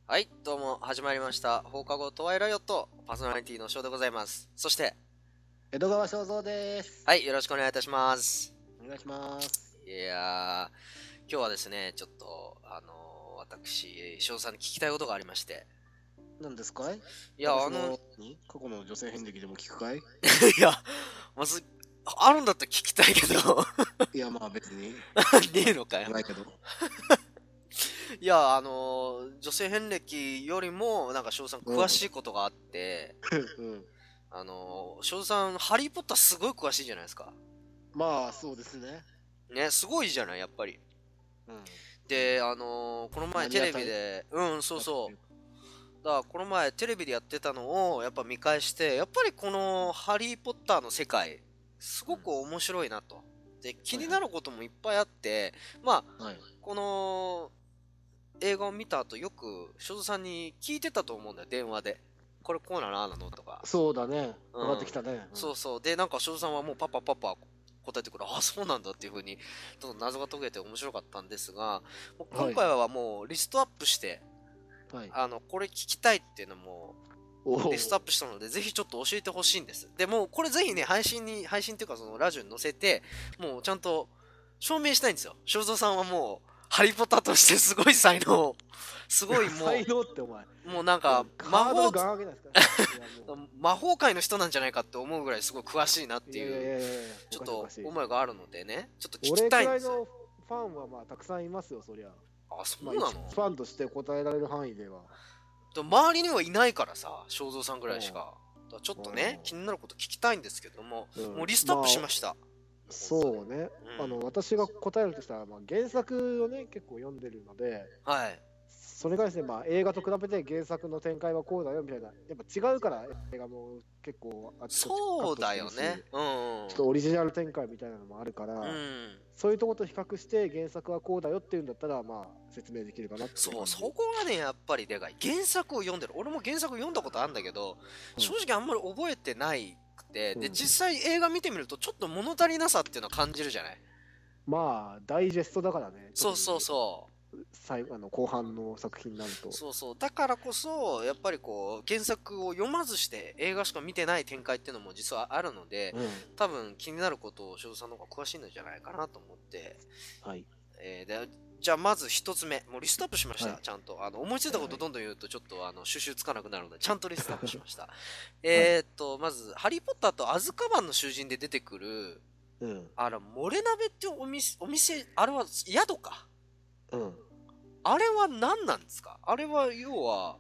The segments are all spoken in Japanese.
はい、どうも始まりました。放課後トワイライオットパーソナリティのショーでございます。そして、 江戸川正蔵です。 はい、よろしくお願いいたします。 お願いします。 いや今日はですね、ちょっと、私、ショーさんに聞きたいことがありまして。 何ですかい？ いや、 過去の女性遍歴でも聞くかい？ いや、まず、あるんだったら聞きたいけど。 いや、まあ別に。 ねえのかよ。 ないけど。 いや、女性遍歴よりも、なんか、翔さん詳しいことがあって、 うん。 翔さん、ハリーポッターすごい詳しいじゃないですか。 まあ、そうですね。 ね、すごいじゃない、やっぱり。 うん。 で、この前テレビで、そうそう。だからこの前テレビでやってたのをやっぱ見返して、やっぱりこのハリーポッターの世界、すごく面白いなと。で、気になることもいっぱいあって、まあ、 はい。 この映画を見た後よく、ショゾさんに聞いてたと思うんだよ、電話で。これこうなのああなのとか。 そうだね。 うん。 上がってきたね。 そうそう。で、なんかショゾさんはもうパパ答えてくる。あ、そうなんだっていう風に、どんどん謎が解けて面白かったんですが、もう今回はもうリストアップして、 はい。 これ聞きたいっていうのも、 おリストアップしたので、ぜひちょっと教えてほしいんです。で、もうこれぜひね、配信っていうかそのラジオに載せて、もうちゃんと証明したいんですよ。正蔵さんはもう、ハリポタとしてすごい才能、すごいも才能ってお前。 う、もうなんか、 ハードルガン上げないですか？ 魔法界の人なんじゃないかって思うぐらいすごい詳しいなっていやいいう、 やいやいや、 ちょっと思いがあるのでね、ちょっと聞き俺たいんです。 くらいのファンはまあたくさんいますよ、そりゃ。 あ、そうまあ、 なの？ ファンとして答えられる範囲では。 周りにはいないからさ、正蔵さんぐらいしか。だからちょっとね、気になること聞きたいんですけども、もうリストアップしました。 そうね、私が答えるとしたら、原作をね結構読んでるので、 はい。 それがですね、映画と比べて原作の展開はこうだよみたいな、やっぱ違うから映画も結構あっちこっちそうだよね。 ちょっとオリジナル展開みたいなのもあるから、そういうとこと比較して原作はこうだよっていうんだったら説明できるかなって。 そう、そこがねやっぱりでかい。原作を読んでる。俺も原作読んだことあるんだけど、正直あんまり覚えてないくて、で実際映画見てみるとちょっと物足りなさっていうのを感じるじゃない。 ダイジェストだからね。 そうそうそう。 後半の作品になると。 そうそう。だからこそ、やっぱりこう、原作を読まずして映画しか見てない展開っていうのも実はあるので、多分気になることを正蔵さんの方が詳しいんじゃないかなと思って。 はい。 じゃあまず一つ目。もうリストアップしました。ちゃんと。思いついたことどんどん言うとちょっと収集つかなくなるので、ちゃんとリストアップしました。まず、ハリーポッターとアズカバンの囚人で出てくる、モレ鍋っていうお店、あれは宿か。あれは何なんですか？あれは要は、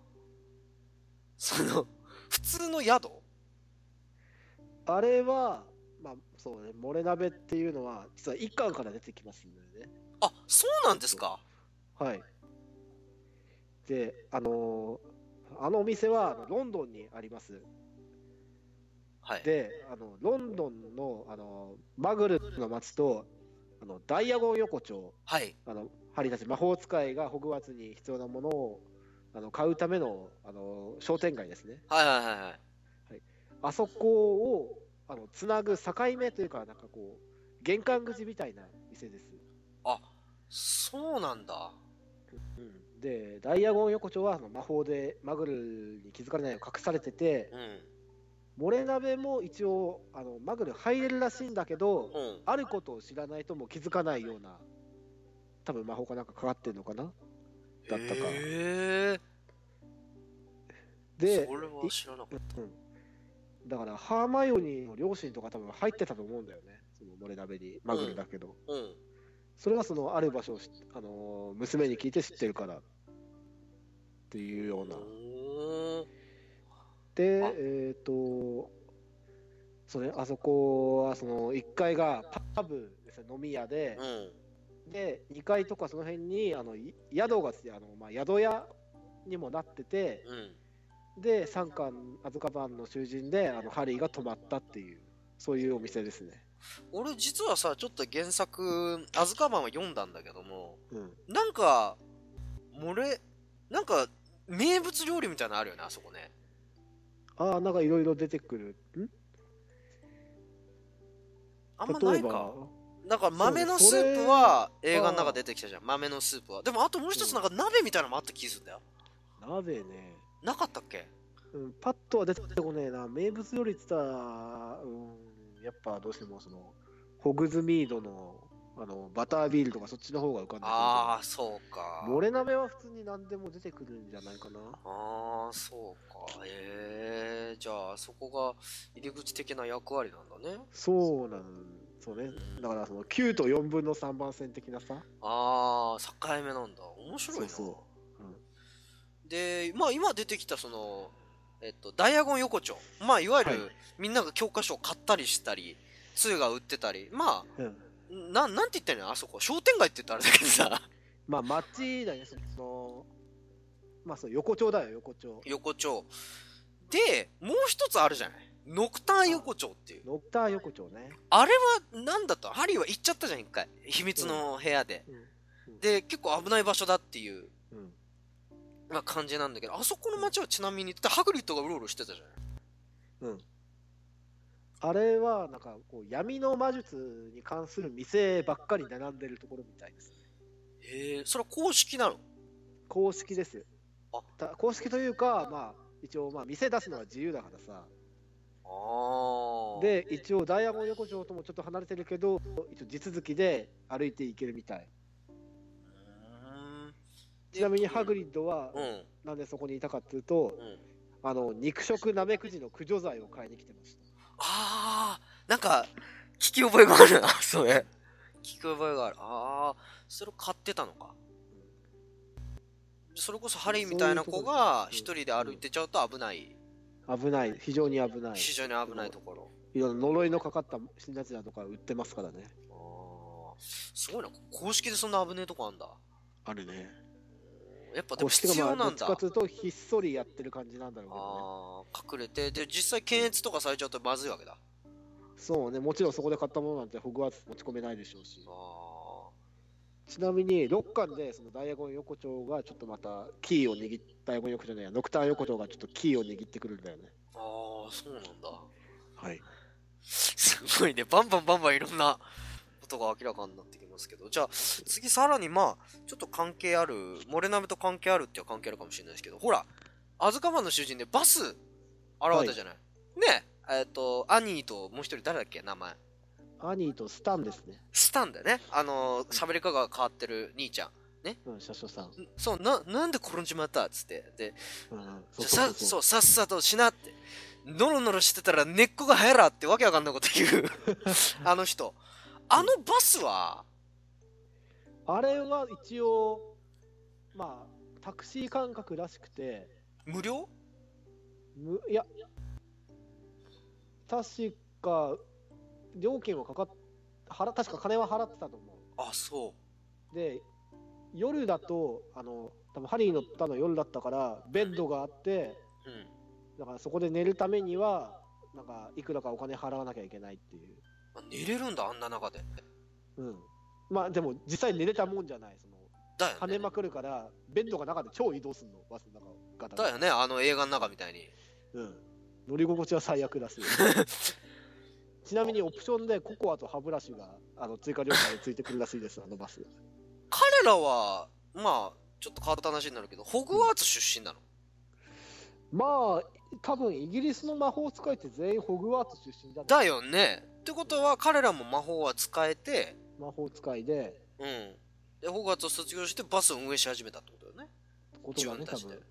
普通の宿？ あれは、そうね、モレ鍋っていうのは、実は一巻から出てきますんでね。 あ、そうなんですか？ はい。で、あのお店はロンドンにあります。 はい。 で、ロンドンの、マグルの町と、ダイアゴン横丁、 はい。 ハリーたち魔法使いがホグワーツに必要なものを買うための商店街ですね。 はいはいはいはい。 あそこをつなぐ境目というか、なんかこう玄関口みたいな店です。 あ、そうなんだ。 で、ダイアゴン横丁は魔法でマグルに気づかれないよう隠されてて、モレ鍋も一応マグル入れるらしいんだけど、あることを知らないともう気づかないような、多分魔法かなんかかかってるのかな、だったか。で、 それは知らなかった。 だからハーマイオニーの両親とか多分入ってたと思うんだよね、そのモレ鍋に。マグルだけど、それがそのある場所を、娘に聞いて知ってるからっていうような。で、あそこはその1階がパブですね、飲み屋で、で2階とかその辺に宿が宿屋にもなってて、で3巻アズカバンの囚人でハリーが泊まったっていう、そういうお店ですね。 俺実はさ、ちょっと原作アズカバンは読んだんだけども、なんかなんか名物料理みたいなのあるよね、あそこね。 なんかいろいろ出てくる。 あんまないか。なんか豆のスープは映画の中出てきたじゃん。豆のスープは。でもあともう一つなんか鍋みたいなのもあった気がするんだよ。 鍋ね。 なかったっけ？ パッとは出てこねえな。名物料理って言ったら、やっぱどうしてもホグズミードの、バタービールとかそっちの方が浮かんでくるけど。 ああ、そうか。 モレ鍋は普通に何でも出てくるんじゃないかな。 ああ、そうか。じゃあ、そこが入り口的な役割なんだね。 そうね。だから9と4分の3番線的なさ。 ああ、境目なんだ。面白いな。で、まあ今出てきたダイアゴン横丁。まあいわゆる、みんなが教科書を買ったりしたり、2が売ってたり、まあ、なんて言ったらいいのあそこ。商店街って言ったらあれだけどさ。 まあ街だね、まあそう、横丁だよ、横丁。 横丁。で、もう一つあるじゃない。ノクターン横丁っていう。 ノクターン横丁ね。あれは何だった？ハリーは行っちゃったじゃん、一回。秘密の部屋で。で、結構危ない場所だっていう、まあ感じなんだけど、あそこの街はちなみに、ハグリッドがうろうろしてたじゃない。 あれは、なんか、闇の魔術に関する店ばっかり並んでるところみたいです。 それは公式なの？ 公式ですよ。公式というか、まあ、一応、店出すのは自由だからさ。で、一応、ダイヤゴン横丁ともちょっと離れてるけど、一応、地続きで歩いていけるみたい。ちなみに、ハグリッドは、なんでそこにいたかっていうと、肉食ナメクジの駆除剤を買いに来てました。 なんか、聞き覚えがあるな、それ。聞き覚えがある。それを買ってたのか。それこそハリーみたいな子が一人で歩いてちゃうと危ない。 危ない。非常に危ない。 非常に危ないところ。 いろんな呪いのかかった新ナチュラとか売ってますからね。 すごいな。公式でそんな危ねえとこあんだ。 あるね。 やっぱでも必要なんだ。どっちかというとひっそりやってる感じなんだろうけどね。隠れて、で、実際検閲とかされちゃうとまずいわけだ。 そうね。もちろんそこで買ったものなんてホグワーツ持ち込めないでしょうし。ちなみに6巻でそのダイアゴン横丁がちょっとまたキーを握って、ダイアゴン横丁じゃないや、ノクターン横丁がちょっとキーを握ってくるんだよね。 そうなんだ。 はい。 すごいね。バンバンいろんなことが明らかになってきますけど。じゃあ、次さらにちょっと関係ある、モレナベと関係あるっては関係あるかもしれないですけど、ほら、アズカバンの囚人でバス現れたじゃない。ねアニーともう一人誰だっけ名前。 アニーとスタンですね。 スタンだよね。喋り方が変わってる兄ちゃん。ね。 車掌さん。 そう、なんで転んじまったっつって。で、さっさとしなって。ノロノロしてたら根っこが生えらってわけわかんないこと言う。あの人。バスはあれは一応、タクシー感覚らしくて。 無料？ いや、確か、料金は確か金は払ってたと思う。 そう。 で、夜だと、多分ハリー乗ったの夜だったから、ベッドがあって、だからそこで寝るためには、なんか、いくらかお金払わなきゃいけないっていう。 寝れるんだ、あんな中で。 でも、実際寝れたもんじゃない。 だよね。 跳ねまくるから、ベッドが中で超移動するの、バスの中が。 だよね、映画の中みたいに。 乗り心地は最悪らしい。ちなみにオプションでココアと歯ブラシが追加料金でついてくるらしいです、バス。 彼らは、ちょっと変わった話になるけど、ホグワーツ出身なの？ 多分イギリスの魔法使いって全員ホグワーツ出身だよね。ってことは、彼らも魔法は使えて、 魔法使いで、 で、ホグワーツを卒業してバスを運営し始めたってことだよね。 自分たちで。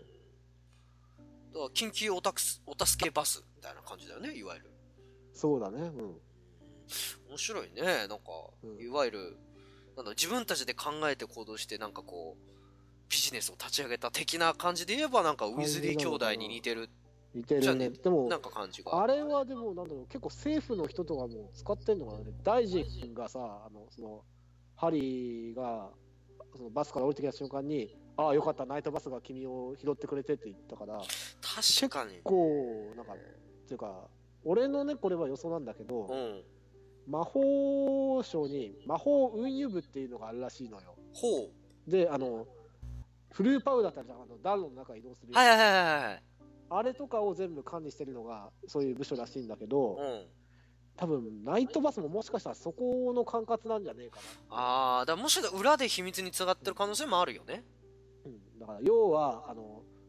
だから緊急お助けバスみたいな感じだよね、いわゆる。 そうだね。 面白いね。なんか、いわゆる、自分たちで考えて行動して、なんかこう、ビジネスを立ち上げた的な感じで言えば、なんかウィズリー兄弟に似てる。 似てるね。でも、 なんか感じが。 あれはでも、結構政府の人とかも使ってんのかなね。大臣がさ、ハリーが、バスから降りてきた瞬間に、よかった、ナイトバスが君を拾ってくれてって言ったから、 確かに。 結構、なんか、っていうか、俺のね、これは予想なんだけど、魔法省に魔法運輸部っていうのがあるらしいのよ。で、フルーパウダーってあるじゃん、暖炉の中移動する。あれとかを全部管理してるのが、そういう部署らしいんだけど、多分、ナイトバスももしかしたらそこの管轄なんじゃねえかな。 だからもしかしたら裏で秘密に繋がってる可能性もあるよね。 だから、要は、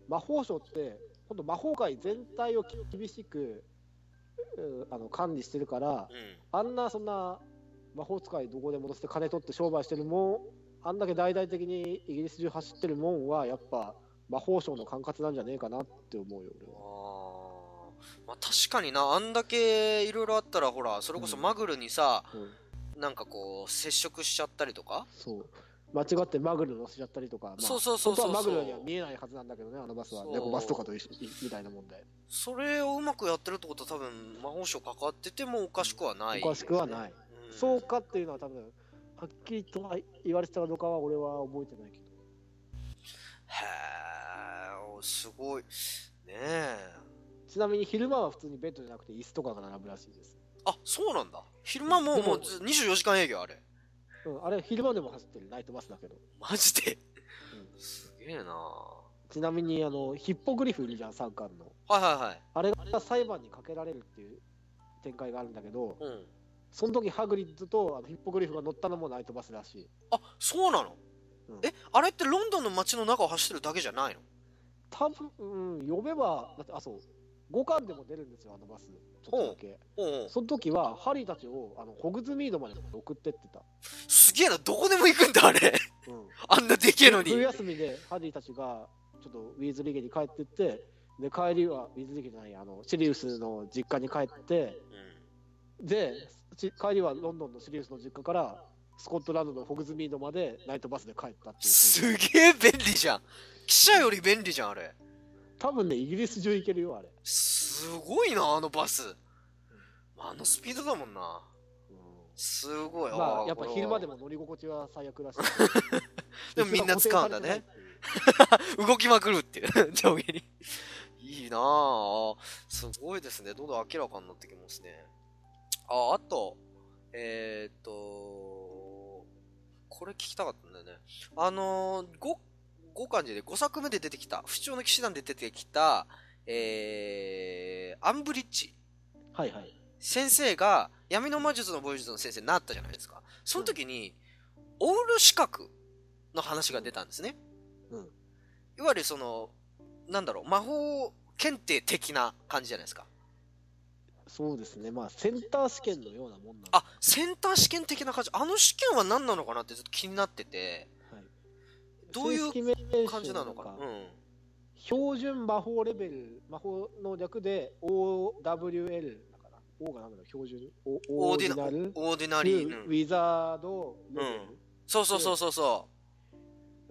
魔法省って本当魔法界全体を厳しく管理してるから、あんなそんな魔法使いどこでも乗せて金取って商売してるもん、あんだけ大々的にイギリス中走ってるもんはやっぱ魔法省の管轄なんじゃねえかなって思うよ俺は。 まあ、確かにな、あんだけいろいろあったらほらそれこそマグルにさ、なんかこう接触しちゃったりとか、 そう間違ってマグル乗せちゃったりとか、 本当はマグルには見えないはずなんだけどね、あのバスは猫バスとかとみたいなもんで、 それをうまくやってるってことは多分魔法省関わっててもおかしくはない、 おかしくはない、そうかっていうのは多分はっきりと言われてたかどうかは俺は覚えてないけど。 へー、すごいねえ。 ちなみに昼間は普通にベッドじゃなくて椅子とかが並ぶらしいです。 あ、そうなんだ。昼間もう24時間営業あれ。 あれ昼間でも走ってるナイトバスだけど。 マジで、すげえな。 ちなみにヒッポグリフいるじゃん、サッカーの。 はいはいはい。 あれが裁判にかけられるっていう展開があるんだけど、その時ハグリッドとヒッポグリフが乗ったのもナイトバスらしい。 あ、そうなの？あれってロンドンの街の中を走ってるだけじゃないの？ 多分、呼べば、だってそう、5巻でも出るんですよ、あのバス。ちょっとだけ。その時は、ハリーたちをホグズミードまで送ってってた。 すげえな、どこでも行くんだ、あれ。あんなでけえのに。 冬休みでハリーたちが、ちょっとウィーズリー家に帰ってって、で、帰りは、ウィーズリー家じゃない、シリウスの実家に帰って、で、帰りはロンドンのシリウスの実家から、スコットランドのホグズミードまでナイトバスで帰ったっていう。 すげえ便利じゃん。汽車より便利じゃん、あれ。 多分ね、イギリス中行けるよ、あれ。 すごいな、あのバス。あのスピードだもんな。すごい。 まあ、やっぱ昼間でも乗り心地は最悪らしい。 でもみんな使うんだね。動きまくるっていう、上下に。いいなぁ。すごいですね。どんどん明らかになってきますね。あと、これ聞きたかったんだよね。5巻で5作目で出てきた、不調の騎士団で出てきた、アンブリッジ。 はいはい。 先生が闇の魔術の防御術の先生になったじゃないですか。その時に、オール資格の話が出たんですね。いわゆるその、なんだろう、魔法検定的な感じじゃないですか。 そうですね。まあ、センター試験のようなもんなんあ、センター試験的な感じ。あの試験は何なのかなってずっと気になってて、どういう感じなのかな。 標準魔法レベル、魔法の略で OWL だから、O が何だろう、標準、オーディナリー、ウィザードレベル。 そうそうそうそうそう。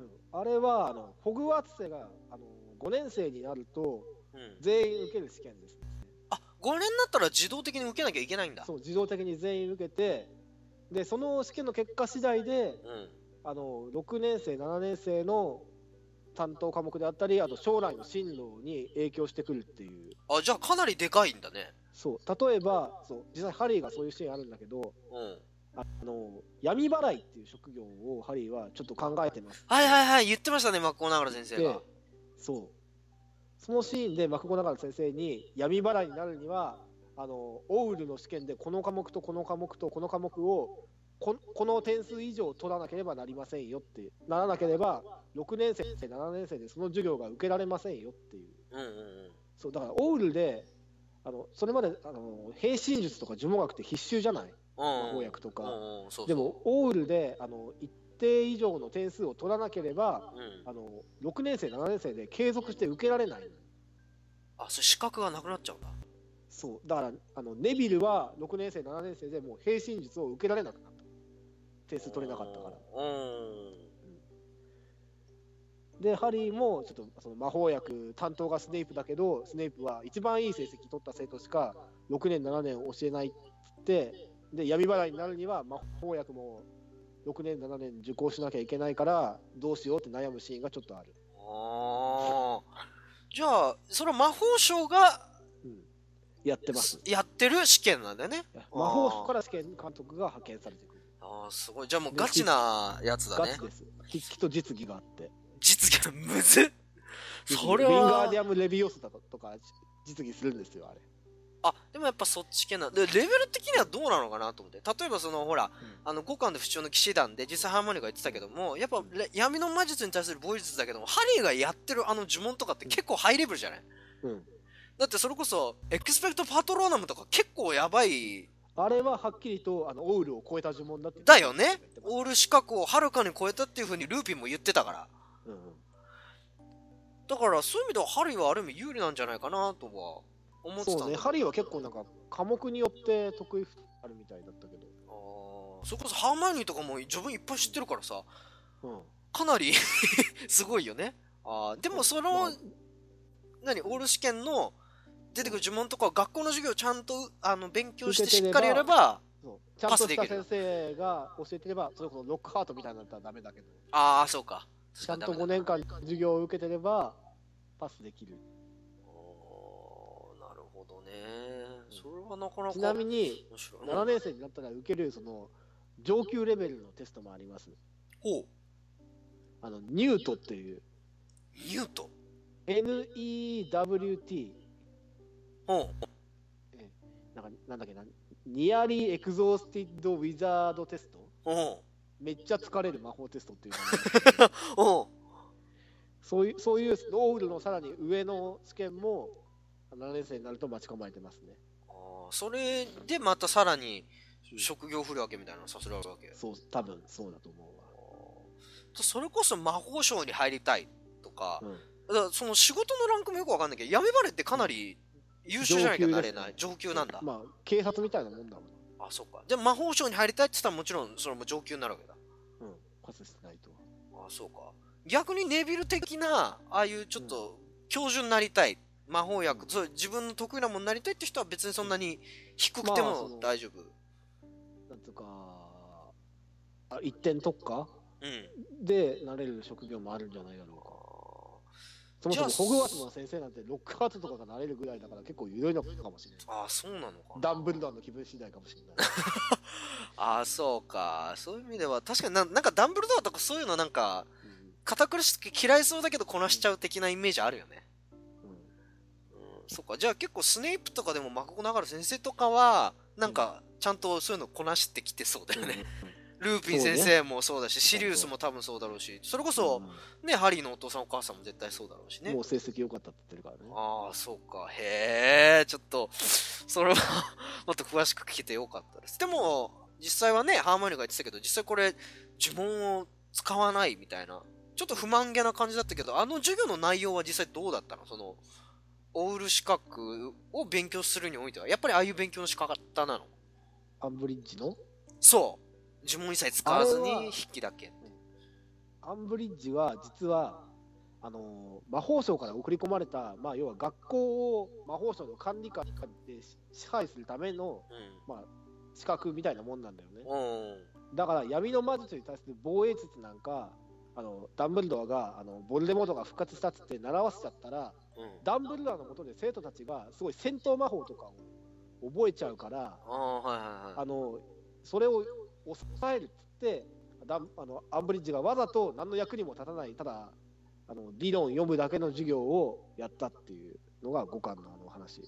あれはホグワーツ生が5年生になると全員受ける試験ですね。 あ、5年になったら自動的に受けなきゃいけないんだ。 そう、自動的に全員受けて、でその試験の結果次第で、6年生7年生の担当科目であったり、あと将来の進路に影響してくるっていう。 あ、じゃあかなりでかいんだね。 そう、例えば実際ハリーがそういうシーンあるんだけど、闇払いっていう職業をハリーはちょっと考えてます。 はいはいはい、言ってましたね、マクゴナガル先生が。 そのシーンでマクゴナガル先生に闇払いになるにはオウルの試験でこの科目とこの科目とこの科目をこの点数以上取らなければなりませんよってならなければ6年生7年生でその授業が受けられませんよっていう。そうだからオウルでそれまで平身術とか呪文学って必修じゃない、魔法薬とか。でもオウルで一定以上の点数を取らなければ、6年生7年生で継続して受けられない。 あ、それ資格がなくなっちゃうんだ。 そうだからネビルは6年生7年生でもう平身術を受けられなくなった。点数取れなかったから。でハリーもちょっとその魔法薬担当がスネイプだけど、スネイプは一番いい成績取った生徒しか6年7年教えないって、で闇払いになるには魔法薬も6年7年受講しなきゃいけないからどうしようって悩むシーンがちょっとある。 じゃあそれは魔法省が、 やってます。 やってる試験なんだよね。 魔法省から試験監督が派遣されてくる。 すごい。じゃあもうガチなやつだね。 ガチです。筆記と実技があって。 実技がむずっ。 それはウィンガーディアム・レビオスだとか実技するんですよ、あれ。 あ、でもやっぱそっち系な。で、レベル的にはどうなのかなと思って。例えばほら、5巻で不調の騎士団で、実際ハーモニーが言ってたけども、やっぱ、闇の魔術に対する防御術だけども、ハリーがやってる呪文とかって結構ハイレベルじゃない？だってそれこそ、エクスペクトパトローナムとか結構やばい。 あれははっきりと、オールを超えた呪文だって。 だよね。オール資格をはるかに超えたっていう風にルーピンも言ってたから。だからそういう意味ではハリーはある意味有利なんじゃないかなとは思ってたんだ。 そうね、ハリーは結構なんか科目によって得意あるみたいだったけど。 それこそハーマイオニーとかも自分いっぱい知ってるからさ、かなりすごいよね。でもその、何、オール試験の出てくる呪文とか学校の授業をちゃんと勉強してしっかりやればちゃんとした先生が教えてれば、それこそロックハートみたいになったらダメだけど、 そうか、 ちゃんと5年間授業を受けてればパスできる。 なるほどね。それはなかなか。 ちなみに7年生になったら受けるその上級レベルのテストもあります。 ほう。 ニュートっていう。 ニュート NEWT。 ほう。 なんだっけな、ニアリーエクゾースティッドウィザードテスト。 ほう。めっちゃ疲れる魔法テストっていうの。ほう。 そういうオールのさらに上の試験も7年生になると待ち構えてますね。 それでまたさらに職業振るわけみたいなのさせられるわけ。 そう、多分そうだと思うわ。 それこそ魔法省に入りたいとか、だからその仕事のランクもよくわかんないけど、闇バレってかなり優秀じゃないかなれない。上級なんだ。 まあ警察みたいなもんだもん。 そっか。じゃあ魔法省に入りたいって言ったらもちろんそれも上級になるわけだ。 パスしてないと。 そうか。逆にネビル的なああいうちょっと教授になりたい、魔法薬、自分の得意なものになりたいって人は別にそんなに低くても大丈夫。 なんつうか一点特化、でなれる職業もあるんじゃないだろうか。そもそもホグワーツの先生なんてロックハートとかがなれるぐらいだから結構緩いのかもしれない。 そうなのかな。 ダンブルドアの気分次第かもしれない。そうか。そういう意味では確かになんかダンブルドアとかそういうのなんか、堅苦しく嫌いそうだけどこなしちゃう的なイメージあるよね。そっか。じゃあ結構スネイプとかでもマココナガル先生とかはなんかちゃんとそういうのこなしてきてそうだよね。ルーピン先生もそうだし、シリウスも多分そうだろうし、それこそね、ハリーのお父さんお母さんも絶対そうだろうしね。 もう成績良かったって言ってるからね。 そうか。へえ、ちょっとそれはもっと詳しく聞けてよかったです。でも実際はね、ハーマイオニーが言ってたけど、実際これ呪文を使わないみたいな、ちょっと不満げな感じだったけど、授業の内容は実際どうだったの？そのオール資格を勉強するにおいては、やっぱりああいう勉強の仕方なの？ アンブリッジの？ そう。呪文一切使わずに筆記だけ。 アンブリッジは実は魔法省から送り込まれた、要は学校を魔法省の管理下で支配するための、資格みたいなもんなんだよね。だから闇の魔術に対する防衛術なんかダンブルドアがボルデモートが復活したっつって習わせちゃったら、ダンブルドアの下で生徒たちがすごい戦闘魔法とかを覚えちゃうから、それを抑えるっつってアンブリッジがわざと何の役にも立たない、ただ理論読むだけの授業をやったっていうのが5巻の話。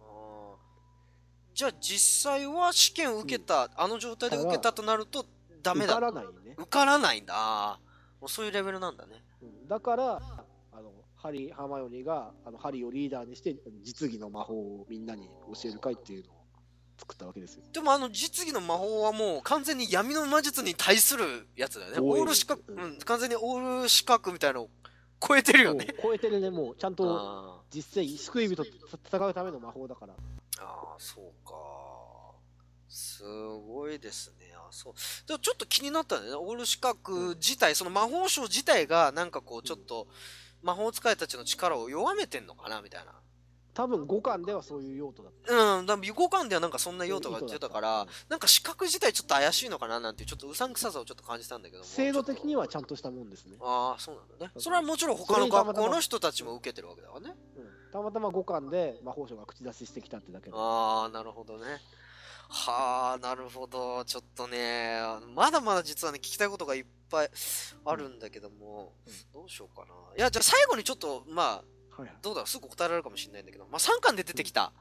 じゃあ実際は試験受けた、状態で受けたとなるとダメだ。 受からないね。 受からないんだ。もうそういうレベルなんだね。 だからハーマイオニーがハリーをリーダーにして実技の魔法をみんなに教える会っていうのを作ったわけですよ。 でも実技の魔法はもう完全に闇の魔術に対するやつだよね。オール資格、完全にオール資格みたいなのを超えてるよね。 超えてるね。もうちゃんと実際救い人と戦うための魔法だから。 そうか。すごいですね。そう。でもちょっと気になったんだよね。オール資格自体、その魔法省自体がなんかこうちょっと魔法使いたちの力を弱めてんのかなみたいな。 多分5巻ではそういう用途だった。 5巻ではなんかそんな用途が出てたから、なんか資格自体ちょっと怪しいのかななんていうちょっとうさんくささをちょっと感じたんだけども。 制度的にはちゃんとしたもんですね。 そうなんだね。それはもちろん他の学校の人たちも受けてるわけだからね。 たまたま5巻で魔法省が口出ししてきたってだけで。 なるほどね。なるほど。ちょっとね、まだまだ実はね、聞きたいことがいっぱいあるんだけども、どうしようかな。いや、じゃあ最後にちょっと、どうだろう、すぐ答えられるかもしれないんだけど、3巻で出てきた、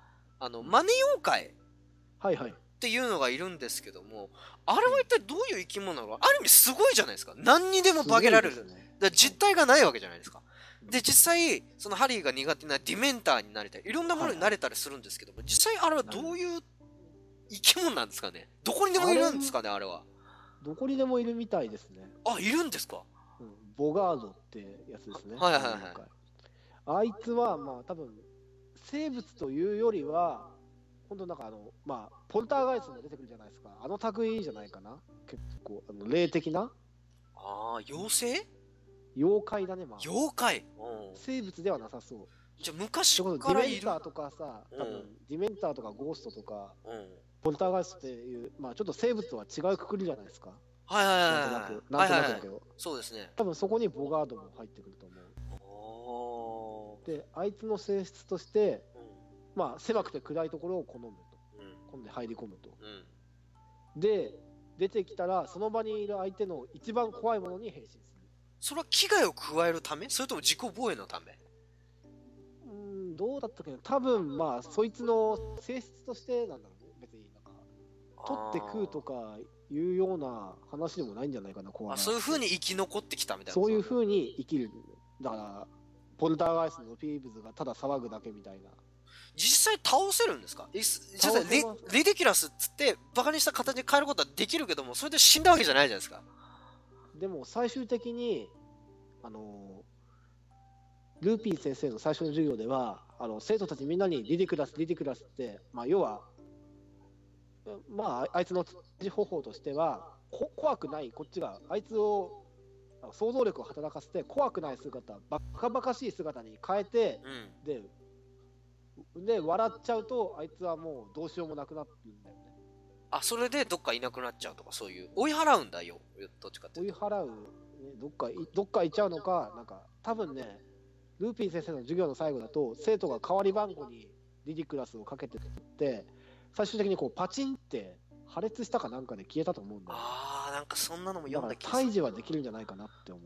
マネ妖怪はいはい。 っていうのがいるんですけども、あれは一体どういう生き物なのか、ある意味すごいじゃないですか。何にでも化けられる。 すごいですね。 だから実体がないわけじゃないですか。で、実際、そのハリーが苦手なディメンターになれたり、いろんなものになれたりするんですけども、実際あれはどういう生き物なんですかね。どこにでもいるんですかね、あれは。 どこにでもいるみたいですね。 あ、いるんですか。 ボガードってやつですね。 はいはいはい。 あいつは、まあ多分、生物というよりは、本当なんかまあ、ポルターガイストも出てくるじゃないですか。あの類じゃないかな。結構、霊的な。 ああ、妖精妖怪だね、まあ。 妖怪。 生物ではなさそう。 じゃあ昔デからいる。 ィメンターとかさ、多分、ディメンターとかゴーストとか、ポルターガイストっていう、まあちょっと生物とは違うくくりじゃないですか。 はいはいはい。 なんとなくだけど。 そうですね。 多分そこにボガードも入ってくると思う。で、あいつの性質として、まあ狭くて暗いところを好むと。好んで入り込むと。で、出てきたら、その場にいる相手の一番怖いものに変身する。 それは危害を加えるため、それとも自己防衛のため。 どうだったっけど、多分まあそいつの性質としてなんだろうね。別になんか取って食うとかいうような話でもないんじゃないかな。怖い。 そういう風に生き残ってきたみたいな。 そういう風に生きる。だからポルターガイストのピーブズがただ騒ぐだけみたいな。 実際倒せるんですか。実際リディキュラスっつってバカにした形に変えることはできるけども、それで死んだわけじゃないじゃないですか。 でも最終的にルーピン先生の最初の授業では生徒たちみんなにリディクラスって、まあ、要は、まあ、あいつの方法としては怖くないこっちがあいつを想像力を働かせて怖くない姿バカバカしい姿に変えて、で笑っちゃうとあいつはもうどうしようもなくなってるんだよね。 それでどっかいなくなっちゃうとか、そういう追い払うんだよ、どっちかっていうと。 追い払う、ね、どっか行っちゃうのか、なんか多分ね、ルーピン先生の授業の最後だと生徒が代わり番号にリディクラスをかけてって最終的にこうパチンって破裂したかなんかで消えたと思うんだよ、ね。 なんかそんなのも読んだ気がする。退治はできるんじゃないかなって思う。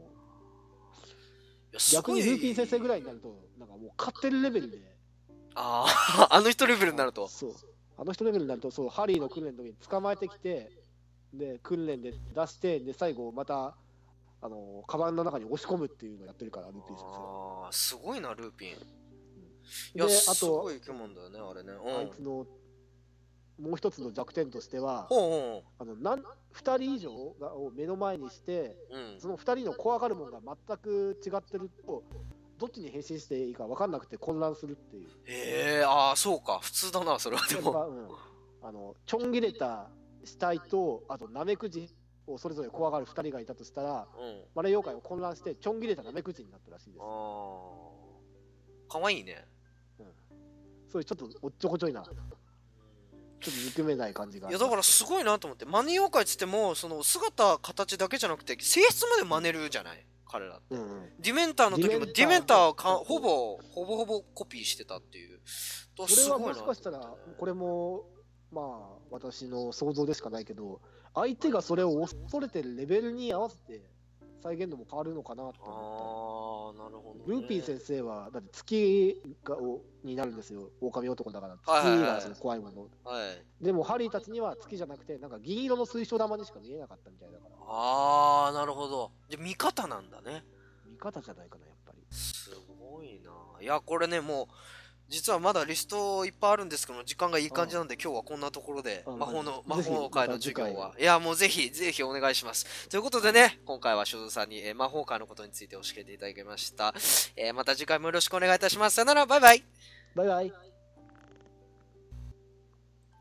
逆にルーピン先生ぐらいになるとなんかもう勝ってるレベルで、 あの人レベルになると、 そう、あの人レベルになると、そうハリーの訓練の時に捕まえてきて、で訓練で出して、で最後またカバンの中に押し込むっていうのをやってるから、ルーピン先生。 すごいな、ルーピン。 で、あと、 すごい生き物だよね、あれね。 あいつのもう一つの弱点としては、2人以上を目の前にして、その2人の怖がるものが全く違ってると、どっちに変身していいか分かんなくて混乱するっていう。 そうか、普通だな、それは。でも、 ちょん切れた死体と、あとナメクジをそれぞれ怖がる2人がいたとしたら、マレー妖怪を混乱してちょん切れたナメクジになったらしいです。 かわいいね。 そういうちょっとおっちょこちょいな、ちょっと憎めない感じが。 いやだからすごいなと思って、マネ妖怪っつってもその姿形だけじゃなくて性質まで真似るじゃない、彼らって。ディメンターの時もディメンターをほぼコピーしてたっていう。 これはもしかしたらこれもまあ私の想像でしかないけど、相手がそれを恐れてるレベルに合わせて再現度も変わるのかなと思った。 なるほど、ね。 ルーピン先生はだって月になるんですよ。狼男だから月がその怖いもの、でもハリーたちには月じゃなくてなんか銀色の水晶玉にしか見えなかったみたいだから。 なるほど。で味方なんだね。 味方じゃないかな、やっぱり。 すごいな。いやこれね、もう実はまだリストいっぱいあるんですけど、時間がいい感じなんで、今日はこんなところで、魔法界の授業は。いや、もうぜひお願いします。ということでね、今回はしょうさんに、魔法界のことについて教えていただきました。また次回もよろしくお願いいたします。さよなら、バイバイ。 バイバイ。